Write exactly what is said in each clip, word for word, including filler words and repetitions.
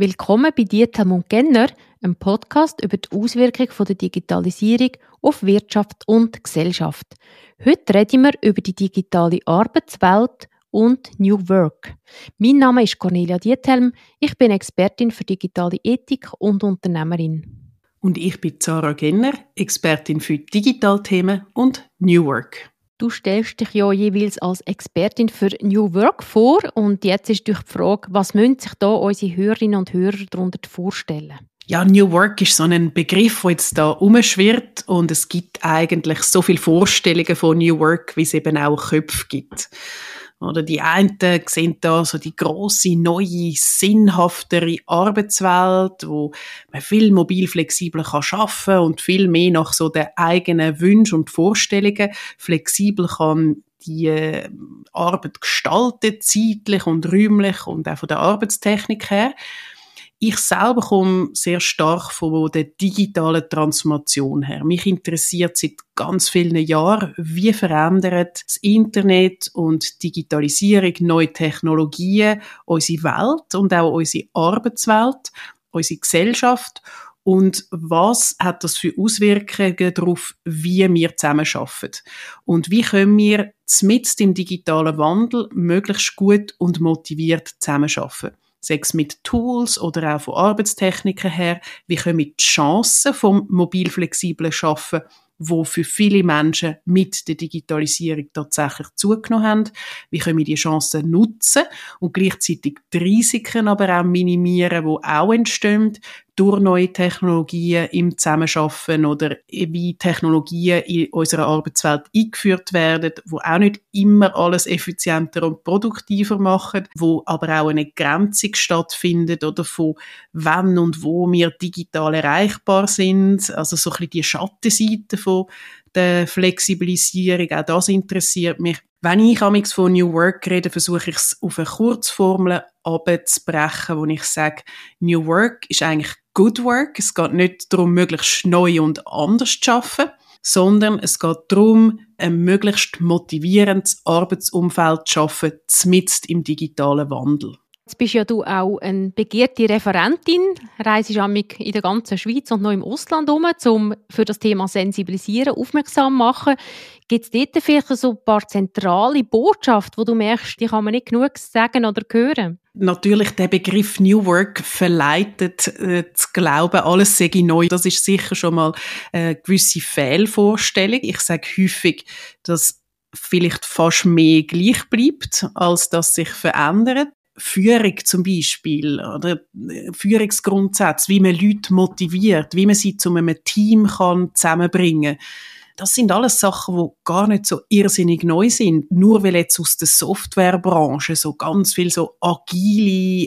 Willkommen bei Diethelm und Genner, einem Podcast über die Auswirkung der Digitalisierung auf Wirtschaft und Gesellschaft. Heute reden wir über die digitale Arbeitswelt und New Work. Mein Name ist Cornelia Diethelm, ich bin Expertin für digitale Ethik und Unternehmerin. Und ich bin Sarah Genner, Expertin für Digitalthemen und New Work. Du stellst dich ja jeweils als Expertin für New Work vor und jetzt ist durch die Frage, was müssen sich da unsere Hörerinnen und Hörer darunter vorstellen? Ja, New Work ist so ein Begriff, der jetzt da rumschwirrt und es gibt eigentlich so viele Vorstellungen von New Work, wie es eben auch Köpfe gibt. Oder die einen sehen da so die grosse, neue, sinnhaftere Arbeitswelt, wo man viel mobil flexibler kann arbeiten und viel mehr nach so den eigenen Wünschen und Vorstellungen flexibel kann die äh, Arbeit gestalten, zeitlich und räumlich und auch von der Arbeitstechnik her. Ich selber komme sehr stark von der digitalen Transformation her. Mich interessiert seit ganz vielen Jahren, wie verändert das Internet und Digitalisierung, neue Technologien unsere Welt und auch unsere Arbeitswelt, unsere Gesellschaft und was hat das für Auswirkungen darauf, wie wir zusammenarbeiten und wie können wir mitten im digitalen Wandel möglichst gut und motiviert zusammenarbeiten. Sei es mit Tools oder auch von Arbeitstechniken her, wie können wir die Chancen vom mobil flexiblen Arbeiten, wo für viele Menschen mit der Digitalisierung tatsächlich zugenommen haben, wie können wir die Chancen nutzen und gleichzeitig die Risiken aber auch minimieren, die auch entstehen durch neue Technologien im Zusammenarbeiten oder wie Technologien in unserer Arbeitswelt eingeführt werden, wo auch nicht immer alles effizienter und produktiver machen, wo aber auch eine Grenzung stattfindet oder von wann und wo wir digital erreichbar sind, also so ein bisschen die Schattenseite von der Flexibilisierung, auch das interessiert mich. Wenn ich amigs von New Work rede, versuche ich es auf eine Kurzformel abzubrechen, wo ich sage, New Work ist eigentlich Good Work. Es geht nicht darum, möglichst neu und anders zu arbeiten, sondern es geht darum, ein möglichst motivierendes Arbeitsumfeld zu schaffen, mitten im digitalen Wandel. Jetzt bist ja du auch eine begehrte Referentin, reist in der ganzen Schweiz und noch im Ausland herum, um für das Thema Sensibilisieren aufmerksam zu machen. Gibt es dort vielleicht so ein paar zentrale Botschaften, wo du merkst, die kann man nicht genug sagen oder hören? Natürlich, der Begriff New Work verleitet äh, zu glauben, alles sei neu. Das ist sicher schon mal eine gewisse Fehlvorstellung. Ich sage häufig, dass vielleicht fast mehr gleich bleibt, als dass sich verändert. Führung zum Beispiel, oder Führungsgrundsätze, wie man Leute motiviert, wie man sie zu einem Team kann zusammenbringen kann. Das sind alles Sachen, die gar nicht so irrsinnig neu sind. Nur weil jetzt aus der Softwarebranche so ganz viel so agile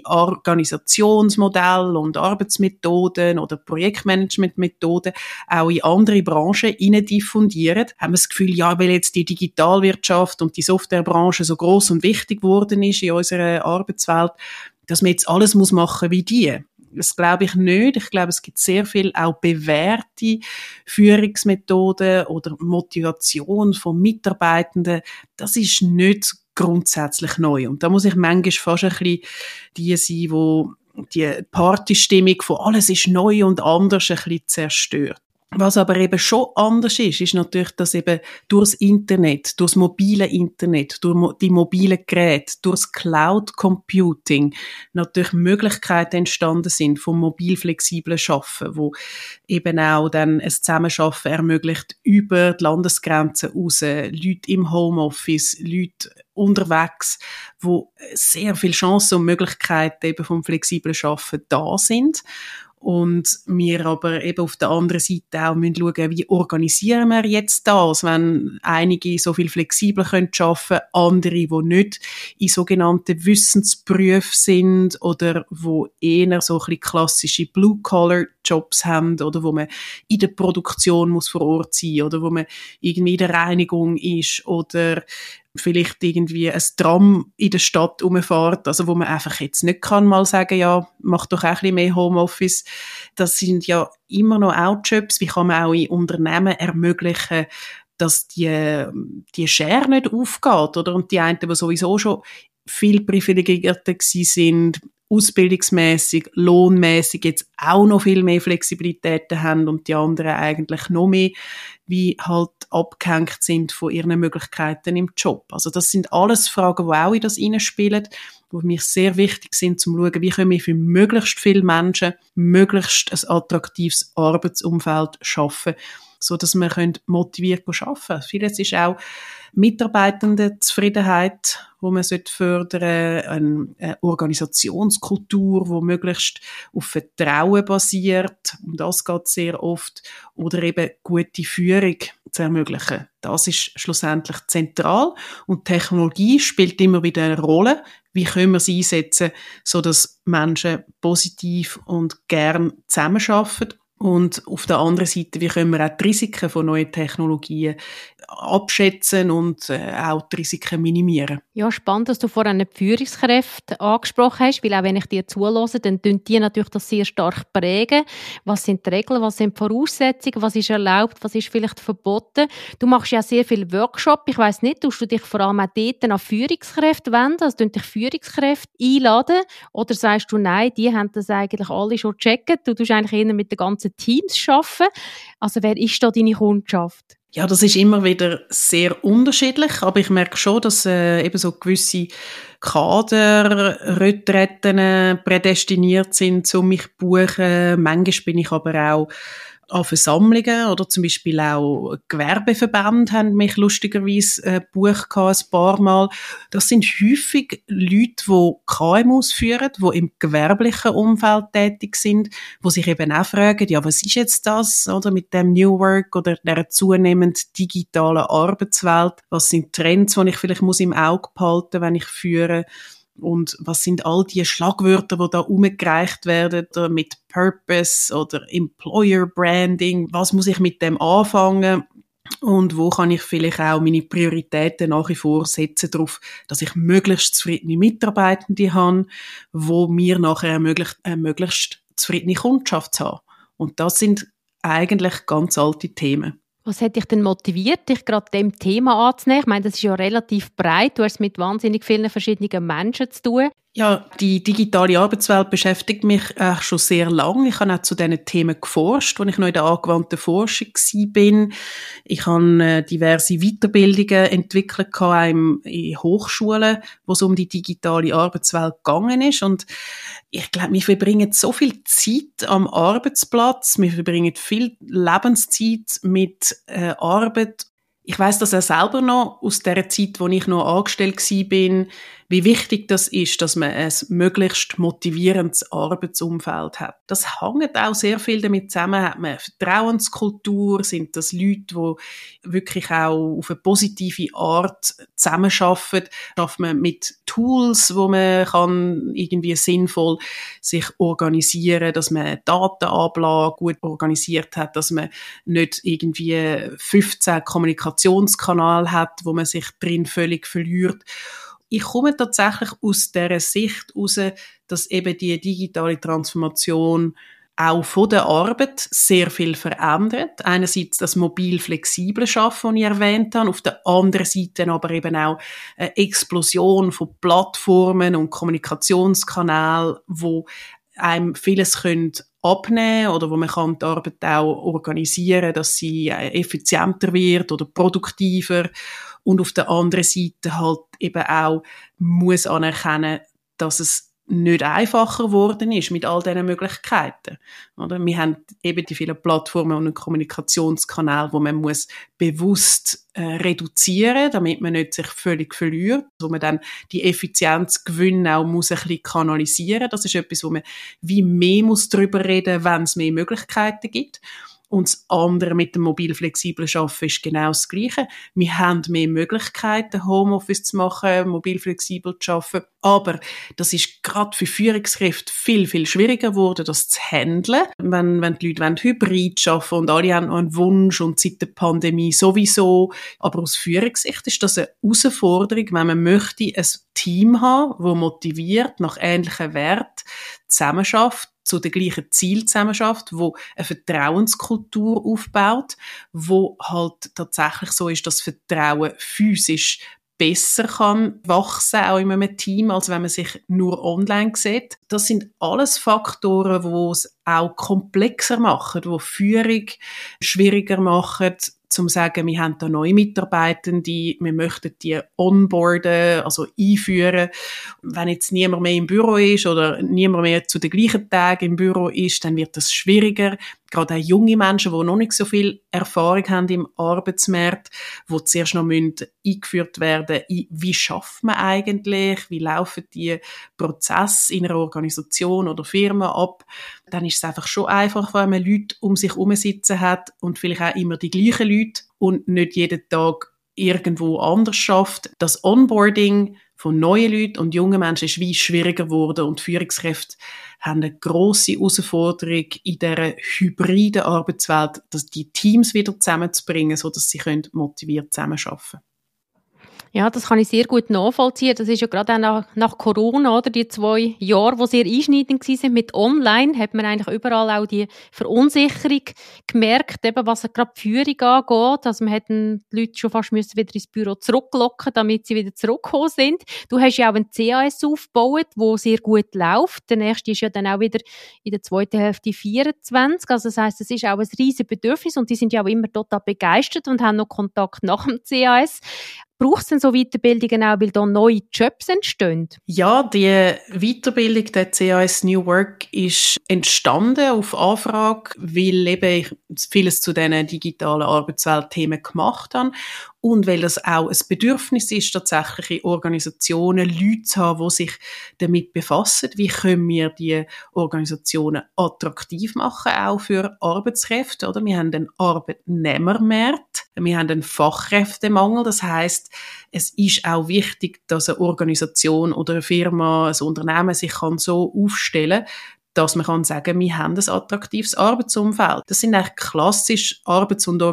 Organisationsmodelle und Arbeitsmethoden oder Projektmanagementmethoden auch in andere Branchen hinein diffundieren, haben wir das Gefühl, ja, weil jetzt die Digitalwirtschaft und die Softwarebranche so gross und wichtig geworden ist in unserer Arbeitswelt, dass man jetzt alles muss machen wie die. Das glaube ich nicht. Ich glaube, es gibt sehr viel auch bewährte Führungsmethoden oder Motivation von Mitarbeitenden. Das ist nicht grundsätzlich neu. Und da muss ich manchmal fast ein bisschen die sein, wo die Partystimmung von alles ist neu und anders ein bisschen zerstört. Was aber eben schon anders ist, ist natürlich, dass eben durchs Internet, durchs mobile Internet, durch die mobilen Geräte, durchs Cloud Computing natürlich Möglichkeiten entstanden sind vom mobil flexiblen Arbeiten, wo eben auch dann ein Zusammenarbeiten ermöglicht über die Landesgrenzen raus, Leute im Homeoffice, Leute unterwegs, wo sehr viele Chancen und Möglichkeiten eben vom flexiblen Arbeiten da sind. Und wir aber eben auf der anderen Seite auch müssen schauen, wie organisieren wir jetzt das, wenn einige so viel flexibler arbeiten können, andere, die nicht in sogenannten Wissensberufen sind oder wo eher so ein bisschen klassische Blue-Collar-Jobs haben oder wo man in der Produktion muss vor Ort sein oder wo man irgendwie in der Reinigung ist oder vielleicht irgendwie ein Tram in der Stadt rumfährt, also wo man einfach jetzt nicht kann mal sagen, ja, mach doch auch ein bisschen mehr Homeoffice. Das sind ja immer noch auch Jobs, wie kann man auch in Unternehmen ermöglichen, dass die, die Schere nicht aufgeht, oder? Und die einen, die sowieso schon viel privilegierter gewesen sind, ausbildungsmässig, lohnmässig jetzt auch noch viel mehr Flexibilitäten haben und die anderen eigentlich noch mehr wie halt abgehängt sind von ihren Möglichkeiten im Job. Also das sind alles Fragen, die auch in das hineinspielen, die für mich sehr wichtig sind, zum schauen, wie können wir für möglichst viele Menschen möglichst ein attraktives Arbeitsumfeld schaffen, so dass wir motiviert arbeiten können. Vieles ist auch Mitarbeitendenzufriedenheit, wo man fördern sollte, eine Organisationskultur, die möglichst auf Vertrauen basiert, um das geht sehr oft, oder eben gute Führung zu ermöglichen. Das ist schlussendlich zentral und Technologie spielt immer wieder eine Rolle. Wie können wir sie einsetzen, sodass Menschen positiv und gern zusammenarbeiten? Und auf der anderen Seite, wie können wir auch die Risiken von neuen Technologien abschätzen und äh, auch die Risiken minimieren. Ja, spannend, dass du vorhin die Führungskräfte angesprochen hast, weil auch wenn ich dir zuhöre, dann tun die natürlich das sehr stark prägen. Was sind die Regeln, was sind die Voraussetzungen, was ist erlaubt, was ist vielleicht verboten. Du machst ja sehr viele Workshops, ich weiss nicht, tust du dich vor allem auch dort an Führungskräfte wenden, also tun dich Führungskräfte einladen, oder sagst du, nein, die haben das eigentlich alle schon gecheckt, du tust eigentlich eher mit den ganzen Teams arbeiten. Also wer ist da deine Kundschaft? Ja, das ist immer wieder sehr unterschiedlich, aber ich merke schon, dass äh, eben so gewisse Kaderretreten prädestiniert sind, um mich zu buchen. Manchmal bin ich aber auch an Versammlungen oder zum Beispiel auch Gewerbeverbände haben mich lustigerweise äh, gebucht ein paar Mal. Das sind häufig Leute, die K M Us führen, die im gewerblichen Umfeld tätig sind, die sich eben auch fragen, ja, was ist jetzt das, oder, mit dem New Work oder der zunehmend digitalen Arbeitswelt? Was sind Trends, die ich vielleicht muss im Auge behalten, wenn ich führe? Und was sind all die Schlagwörter, die da umgereicht werden, mit Purpose oder Employer Branding? Was muss ich mit dem anfangen? Und wo kann ich vielleicht auch meine Prioritäten nach wie vor setzen darauf, dass ich möglichst zufriedene Mitarbeitende habe, wo mir nachher ermöglicht, eine möglichst zufriedene Kundschaft zu haben. Und das sind eigentlich ganz alte Themen. Was hat dich denn motiviert, dich gerade dem Thema anzunehmen? Ich meine, das ist ja relativ breit. Du hast mit wahnsinnig vielen verschiedenen Menschen zu tun. Ja, die digitale Arbeitswelt beschäftigt mich äh, schon sehr lange. Ich habe auch zu diesen Themen geforscht, als ich noch in der angewandten Forschung war. Ich habe äh, diverse Weiterbildungen entwickelt in, in Hochschulen, wo es um die digitale Arbeitswelt gegangen ist. Und ich glaube, wir verbringen so viel Zeit am Arbeitsplatz, wir verbringen viel Lebenszeit mit äh, Arbeit. Ich weiss das auch selber noch aus der Zeit, wo ich noch angestellt war, wie wichtig das ist, dass man ein möglichst motivierendes Arbeitsumfeld hat. Das hängt auch sehr viel damit zusammen. Hat man eine Vertrauenskultur? Sind das Leute, die wirklich auch auf eine positive Art zusammenarbeiten? Schafft man mit Tools, wo man kann irgendwie sinnvoll sich organisieren, dass man Datenablage gut organisiert hat, dass man nicht irgendwie fünfzehn Kommunikationskanäle hat, wo man sich drin völlig verliert. Ich komme tatsächlich aus dieser Sicht heraus, dass eben die digitale Transformation auch von der Arbeit sehr viel verändert. Einerseits das mobil flexible Schaffen, das ich erwähnt habe, auf der anderen Seite aber eben auch eine Explosion von Plattformen und Kommunikationskanälen, wo einem vieles können abnehmen oder wo man kann die Arbeit auch organisieren, dass sie effizienter wird oder produktiver. Und auf der anderen Seite halt eben auch muss anerkennen, dass es nicht einfacher geworden ist mit all diesen Möglichkeiten. Oder? Wir haben eben die vielen Plattformen und Kommunikationskanäle, wo man muss bewusst äh, reduzieren, damit man nicht sich völlig verliert, wo man dann die Effizienzgewinne auch muss ein bisschen kanalisieren. Das ist etwas, wo man wie mehr muss darüber reden, wenn es mehr Möglichkeiten gibt. Und das andere mit dem mobil flexiblen Arbeiten ist genau das Gleiche. Wir haben mehr Möglichkeiten, Homeoffice zu machen, mobil flexibel zu arbeiten. Aber das ist gerade für Führungskräfte viel, viel schwieriger geworden, das zu handeln. Wenn, wenn die Leute wollen, hybrid arbeiten und alle haben noch einen Wunsch und seit der Pandemie sowieso. Aber aus Führungssicht ist das eine Herausforderung, wenn man möchte ein Team haben, das motiviert, nach ähnlichen Werten zusammenarbeitet, zu den gleichen Zielen zusammenarbeitet, wo eine Vertrauenskultur aufbaut, wo halt tatsächlich so ist, dass Vertrauen physisch besser kann wachsen, auch in einem Team, als wenn man sich nur online sieht. Das sind alles Faktoren, die es auch komplexer machen, die Führung schwieriger machen, zum sagen, wir haben da neue Mitarbeitende, wir möchten die onboarden, also einführen. Wenn jetzt niemand mehr im Büro ist oder niemand mehr zu den gleichen Tagen im Büro ist, dann wird das schwieriger. Gerade auch junge Menschen, die noch nicht so viel Erfahrung haben im Arbeitsmarkt, die zuerst noch eingeführt werden müssen, wie schafft man eigentlich, wie laufen die Prozesse in einer Organisation oder Firma ab, dann ist es einfach schon einfach, wenn man Leute um sich herum sitzen hat und vielleicht auch immer die gleichen Leute und nicht jeden Tag irgendwo anders schafft. Das Onboarding von neuen Leuten und jungen Menschen ist wie schwieriger geworden und Führungskräfte haben eine grosse Herausforderung in dieser hybriden Arbeitswelt, dass die Teams wieder zusammenzubringen, sodass sie motiviert zusammenarbeiten können. Ja, das kann ich sehr gut nachvollziehen. Das ist ja gerade auch nach, nach Corona, oder? Die zwei Jahre, die sehr einschneidend waren mit Online, hat man eigentlich überall auch die Verunsicherung gemerkt, eben was gerade die Führung angeht. Also man hätten die Leute schon fast müssen wieder ins Büro zurücklocken, damit sie wieder zurückgekommen sind. Du hast ja auch ein C A S aufgebaut, wo sehr gut läuft. Der nächste ist ja dann auch wieder in der zweiten Hälfte vierundzwanzig. Also das heisst, es ist auch ein riesiges Bedürfnis und die sind ja auch immer total begeistert und haben noch Kontakt nach dem C A S. Braucht es denn so Weiterbildungen auch, weil da neue Jobs entstehen? Ja, die Weiterbildung der C A S New Work ist entstanden auf Anfrage, weil eben ich vieles zu diesen digitalen Arbeitsweltthemen gemacht habe und weil das auch ein Bedürfnis ist, tatsächlich in Organisationen Leute zu haben, die sich damit befassen. Wie können wir die Organisationen attraktiv machen, auch für Arbeitskräfte, oder? Wir haben einen Arbeitnehmermarkt, wir haben einen Fachkräftemangel, das heisst, es ist auch wichtig, dass eine Organisation oder eine Firma, ein Unternehmen sich kann so aufstellen kann, dass man kann sagen, wir haben ein attraktives Arbeitsumfeld. Das sind eigentlich klassisch arbeits- und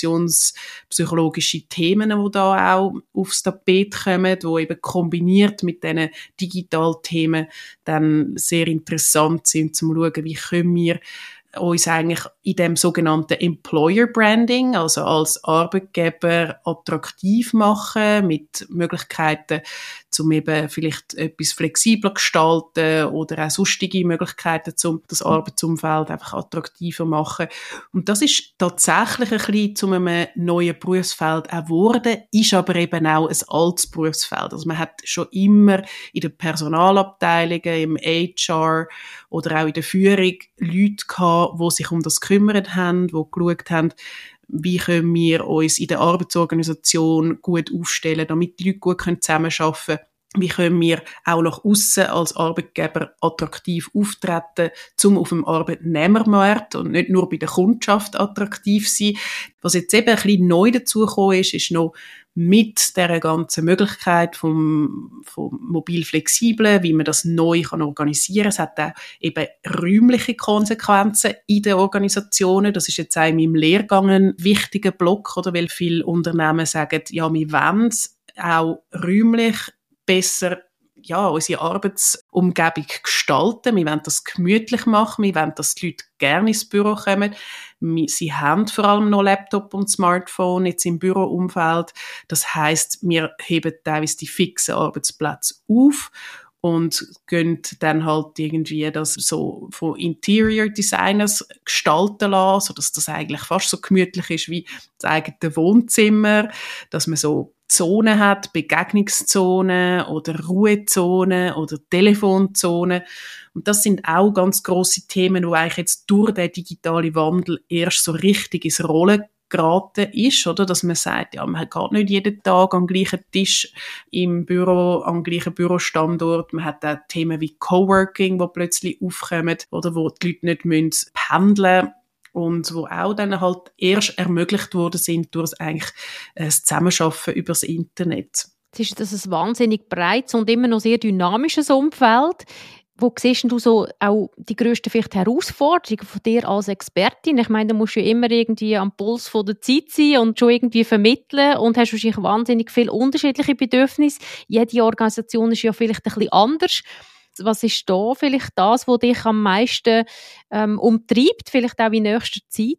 organisationspsychologische Themen, die da auch aufs Tapet kommen, die eben kombiniert mit diesen Digitalthemen dann sehr interessant sind, zum schauen, wie können wir uns eigentlich in dem sogenannten Employer Branding, also als Arbeitgeber attraktiv machen, mit Möglichkeiten, um eben vielleicht etwas flexibler gestalten oder auch sonstige Möglichkeiten, um das Arbeitsumfeld einfach attraktiver machen. Und das ist tatsächlich ein bisschen zu einem neuen Berufsfeld auch geworden, ist aber eben auch ein altes Berufsfeld. Also man hat schon immer in den Personalabteilungen, im H R oder auch in der Führung Leute gehabt, die sich um das gekümmert haben, die geschaut haben, wie können wir uns in der Arbeitsorganisation gut aufstellen, damit die Leute gut zusammenarbeiten können. Wie können wir auch nach aussen als Arbeitgeber attraktiv auftreten, um auf dem Arbeitnehmermarkt und nicht nur bei der Kundschaft attraktiv sein. Was jetzt eben ein bisschen neu dazugekommen ist, ist noch mit der ganzen Möglichkeit vom, vom mobil flexiblen, wie man das neu kann organisieren kann. Es hat auch eben räumliche Konsequenzen in den Organisationen. Das ist jetzt auch in meinem Lehrgang ein wichtiger Block, oder? Weil viele Unternehmen sagen, ja, wir wollen auch räumlich besser ja, unsere Arbeitsumgebung gestalten. Wir wollen das gemütlich machen. Wir wollen, dass die Leute gerne ins Büro kommen. Sie haben vor allem noch Laptop und Smartphone jetzt im Büroumfeld. Das heisst, wir heben teilweise die fixen Arbeitsplätze auf und gehen dann halt irgendwie das so von Interior Designers gestalten lassen, sodass das eigentlich fast so gemütlich ist wie das eigene Wohnzimmer, dass man so Zonen hat, Begegnungszonen oder Ruhezonen oder Telefonzonen. Und das sind auch ganz grosse Themen, die eigentlich jetzt durch den digitalen Wandel erst so richtig ins Rollen geraten ist, oder? Dass man sagt, ja, man geht nicht jeden Tag am gleichen Tisch im Büro, am gleichen Bürostandort. Man hat auch Themen wie Coworking, die plötzlich aufkommen, oder wo die Leute nicht müssen pendeln und wo auch dann halt erst ermöglicht worden sind durch eigentlich das Zusammenarbeiten über das Internet. Jetzt ist das ein wahnsinnig breites und immer noch sehr dynamisches Umfeld. Wo siehst du so auch die grössten vielleicht Herausforderungen von dir als Expertin? Ich meine, du musst ja immer irgendwie am Puls von der Zeit sein und schon irgendwie vermitteln und hast wahrscheinlich wahnsinnig viele unterschiedliche Bedürfnisse. Jede Organisation ist ja vielleicht ein bisschen anders. Was ist da vielleicht das, was dich am meisten ähm, umtreibt, vielleicht auch in nächster Zeit?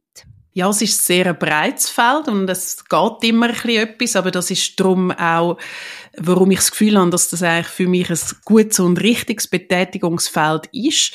Ja, es ist sehr ein breites Feld und es geht immer ein bisschen etwas, aber das ist darum auch, warum ich das Gefühl habe, dass das eigentlich für mich ein gutes und richtiges Betätigungsfeld ist,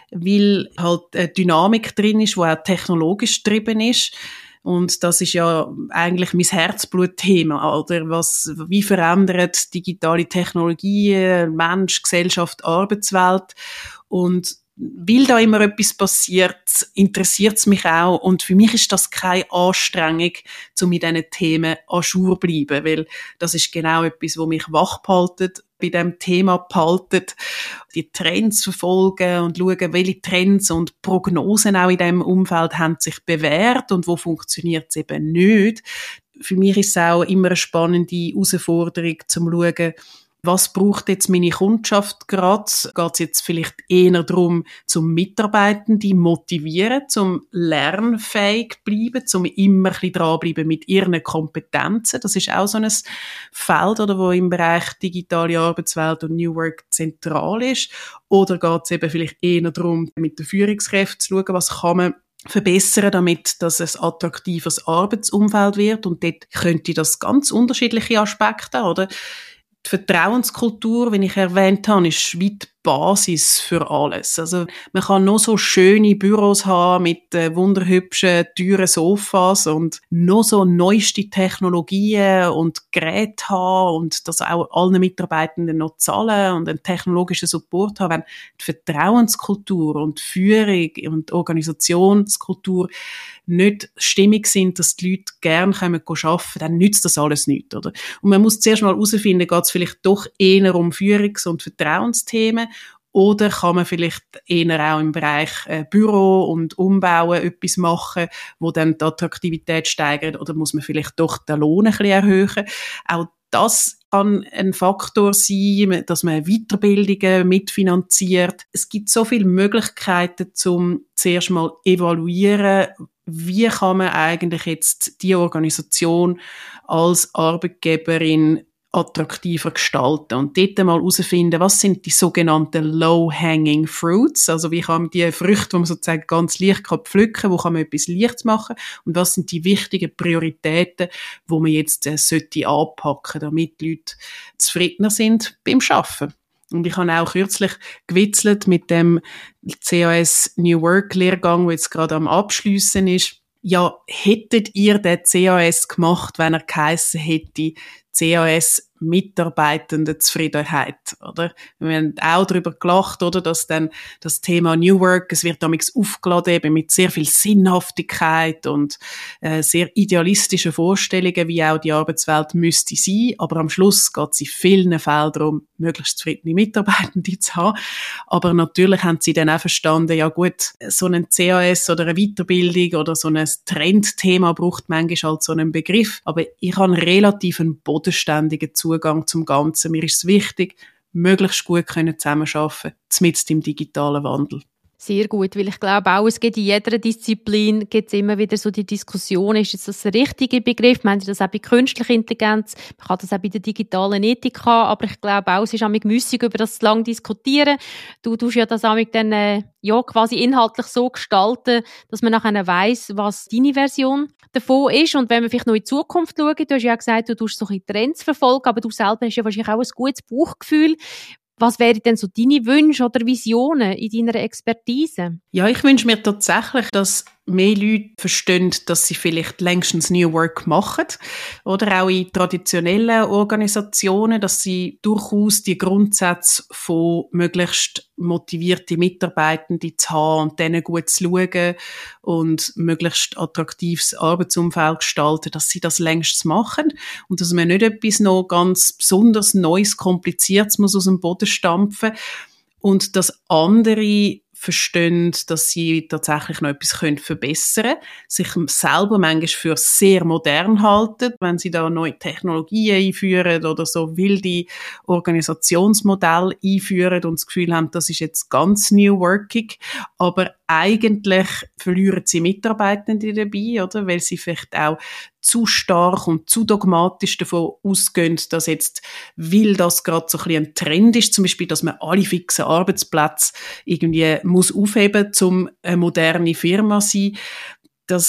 weil halt eine Dynamik drin ist, die auch technologisch getrieben ist. Und das ist ja eigentlich mein Herzblutthema, oder? Was, wie verändert digitale Technologien Mensch, Gesellschaft, Arbeitswelt? Und weil da immer etwas passiert, interessiert es mich auch. Und für mich ist das keine Anstrengung, um mit diesen Themen à jour zu bleiben, weil das ist genau etwas, was mich wach behaltet, bei diesem Thema behaltet, die Trends verfolgen und schauen, welche Trends und Prognosen auch in diesem Umfeld haben sich bewährt und wo funktioniert es eben nicht. Für mich ist es auch immer eine spannende Herausforderung, zum zu schauen, was braucht jetzt meine Kundschaft gerade? Geht es jetzt vielleicht eher darum, zum Mitarbeitende motivieren, zum lernfähig bleiben, zum immer ein bisschen dranbleiben mit ihren Kompetenzen? Das ist auch so ein Feld, oder, wo im Bereich digitale Arbeitswelt und New Work zentral ist. Oder geht es eben vielleicht eher darum, mit den Führungskräften zu schauen, was kann man verbessern, damit das ein attraktives Arbeitsumfeld wird? Und dort könnte das ganz unterschiedliche Aspekte haben, oder? Die Vertrauenskultur, wie ich erwähnt habe, ist wie die Basis für alles. Also man kann noch so schöne Büros haben mit äh, wunderhübschen, teuren Sofas und noch so neueste Technologien und Geräte haben und das auch allen Mitarbeitenden noch zahlen und einen technologischen Support haben. Wenn die Vertrauenskultur und die Führung und die Organisationskultur nicht stimmig sind, dass die Leute gerne kommen arbeiten, dann nützt das alles nichts, oder? Und man muss zuerst mal herausfinden, geht es vielleicht doch eher um Führungs- und Vertrauensthemen, oder kann man vielleicht eher auch im Bereich äh, Büro und Umbauen etwas machen, wo dann die Attraktivität steigert, oder muss man vielleicht doch den Lohn ein bisschen erhöhen? Auch das kann ein Faktor sein, dass man Weiterbildungen mitfinanziert. Es gibt so viele Möglichkeiten, um zuerst mal evaluieren, wie kann man eigentlich jetzt die Organisation als Arbeitgeberin attraktiver gestalten und dort mal herausfinden, was sind die sogenannten low-hanging fruits, also wie kann man die Früchte, die man sozusagen ganz leicht kann pflücken, wo kann man etwas Leichtes machen und was sind die wichtigen Prioritäten, wo man jetzt äh, sollte anpacken, damit die Leute zufriedener sind beim Arbeiten. Und ich habe auch kürzlich gewitzelt mit dem C A S New Work Lehrgang, der jetzt gerade am Abschliessen ist. Ja, hättet ihr den C A S gemacht, wenn er geheissen hätte, C A S Mitarbeitende Zufriedenheit, oder? Wir haben auch darüber gelacht, oder, dass dann das Thema New Work, es wird damals aufgeladen eben mit sehr viel Sinnhaftigkeit und äh, sehr idealistischen Vorstellungen, wie auch die Arbeitswelt müsste sein, aber am Schluss geht es in vielen Fällen darum, möglichst zufriedene Mitarbeitende zu haben. Aber natürlich haben sie dann auch verstanden, ja gut, so ein C A S oder eine Weiterbildung oder so ein Trendthema braucht manchmal halt so einen Begriff, aber ich habe einen relativ bodenständigen Zugang zum Ganzen. Mir ist es wichtig, möglichst gut zusammenarbeiten, zumindest im digitalen Wandel. Sehr gut, weil ich glaube auch, es gibt in jeder Disziplin gibt's immer wieder so die Diskussion, ist jetzt das der richtige Begriff? Man hat das auch bei künstlicher Intelligenz, man kann das auch bei der digitalen Ethik haben, aber ich glaube auch, es ist amig müßig, über das zu lang diskutieren. Du tust ja das amig dann äh, ja, quasi inhaltlich so gestalten, dass man nachher weiss, was deine Version davon ist. Und wenn wir vielleicht noch in die Zukunft schauen, du hast ja gesagt, du tust so ein bisschen Trends verfolgen, aber du selber hast ja wahrscheinlich auch ein gutes Bauchgefühl. Was wären denn so deine Wünsche oder Visionen in deiner Expertise? Ja, ich wünsche mir tatsächlich, dass mehr Leute verstehen, dass sie vielleicht längstens New Work machen. Oder auch in traditionellen Organisationen, dass sie durchaus die Grundsätze von möglichst motivierte Mitarbeitende zu haben und denen gut zu schauen und möglichst attraktives Arbeitsumfeld gestalten, dass sie das längst machen und dass man nicht etwas noch ganz besonders Neues, Kompliziertes muss aus dem Boden stampfen und dass andere verstehen, dass sie tatsächlich noch etwas verbessern können, sich selber manchmal für sehr modern halten, wenn sie da neue Technologien einführen oder so wilde Organisationsmodelle einführen und das Gefühl haben, das ist jetzt ganz new workig, aber eigentlich verlieren sie Mitarbeitende dabei, oder? Weil sie vielleicht auch zu stark und zu dogmatisch davon ausgehen, dass jetzt, weil das gerade so ein bisschen ein Trend ist, zum Beispiel, dass man alle fixen Arbeitsplätze irgendwie muss aufheben, um eine moderne Firma zu sein, das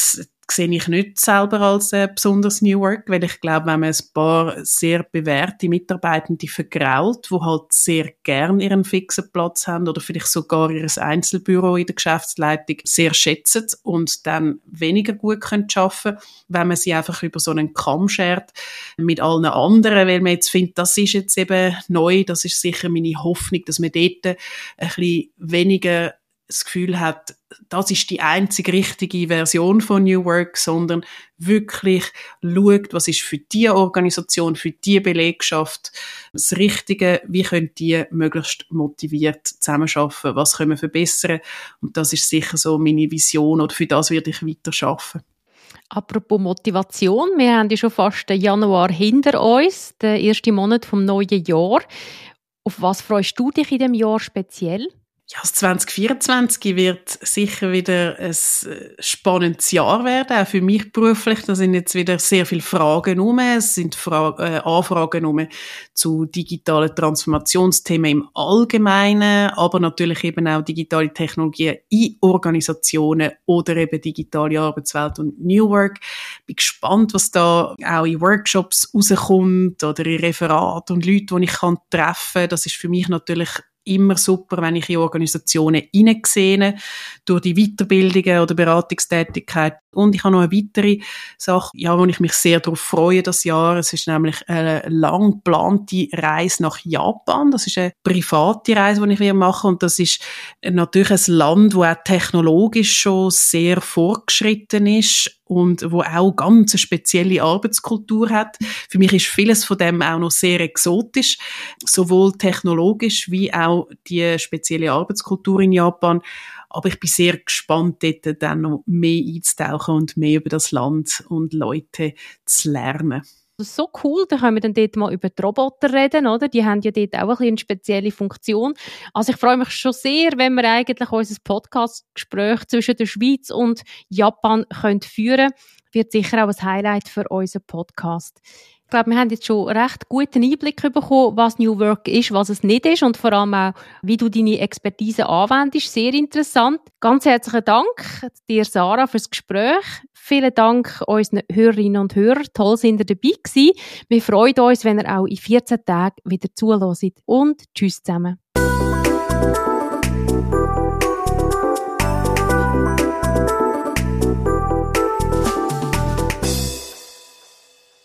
sehe ich nicht selber als äh, besonders New Work, weil ich glaube, wenn man ein paar sehr bewährte Mitarbeitende vergrault, die halt sehr gern ihren fixen Platz haben oder vielleicht sogar ihr Einzelbüro in der Geschäftsleitung sehr schätzen und dann weniger gut können arbeiten, wenn man sie einfach über so einen Kamm schert mit allen anderen, weil man jetzt findet, das ist jetzt eben neu, das ist sicher meine Hoffnung, dass man dort ein bisschen weniger das Gefühl hat, das ist die einzige richtige Version von New Work, sondern wirklich schaut, was ist für die Organisation, für die Belegschaft das Richtige, wie können die möglichst motiviert zusammenarbeiten, was können wir verbessern, und das ist sicher so meine Vision, oder für das werde ich weiter arbeiten. Apropos Motivation, wir haben ja schon fast den Januar hinter uns, den ersten Monat vom neuen Jahr. Auf was freust du dich in diesem Jahr speziell? Ja, das zwanzig vierundzwanzig wird sicher wieder ein spannendes Jahr werden, auch für mich beruflich. Da sind jetzt wieder sehr viele Fragen rum. Es sind Fra- äh, Anfragen rum zu digitalen Transformationsthemen im Allgemeinen, aber natürlich eben auch digitale Technologien in Organisationen oder eben digitale Arbeitswelt und New Work. Ich bin gespannt, was da auch in Workshops rauskommt oder in Referaten und Leute, die ich kann treffen kann. Das ist für mich natürlich immer super, wenn ich in Organisationen hineinsehe, durch die Weiterbildungen oder Beratungstätigkeit. Und ich habe noch eine weitere Sache, ja, wo ich mich sehr darauf freue, das Jahr. Es ist nämlich eine lang geplante Reise nach Japan. Das ist eine private Reise, die ich machen will. Und das ist natürlich ein Land, das auch technologisch schon sehr fortgeschritten ist und wo auch ganz eine spezielle Arbeitskultur hat. Für mich ist vieles von dem auch noch sehr exotisch, sowohl technologisch wie auch die spezielle Arbeitskultur in Japan. Aber ich bin sehr gespannt, dort dann noch mehr einzutauchen und mehr über das Land und Leute zu lernen. So cool, da können wir dann dort mal über die Roboter reden, oder? Die haben ja dort auch ein bisschen eine spezielle Funktion. Also ich freue mich schon sehr, wenn wir eigentlich unser Podcast-Gespräch zwischen der Schweiz und Japan können führen. Wird sicher auch ein Highlight für unseren Podcast. Ich glaube, wir haben jetzt schon recht guten Einblick bekommen, was New Work ist, was es nicht ist und vor allem auch, wie du deine Expertise anwendest. Sehr interessant. Ganz herzlichen Dank dir, Sarah, fürs Gespräch. Vielen Dank unseren Hörerinnen und Hörern. Toll, sind ihr dabei gewesen. Wir freuen uns, wenn ihr auch in vierzehn Tagen wieder zuhört. Und tschüss zusammen.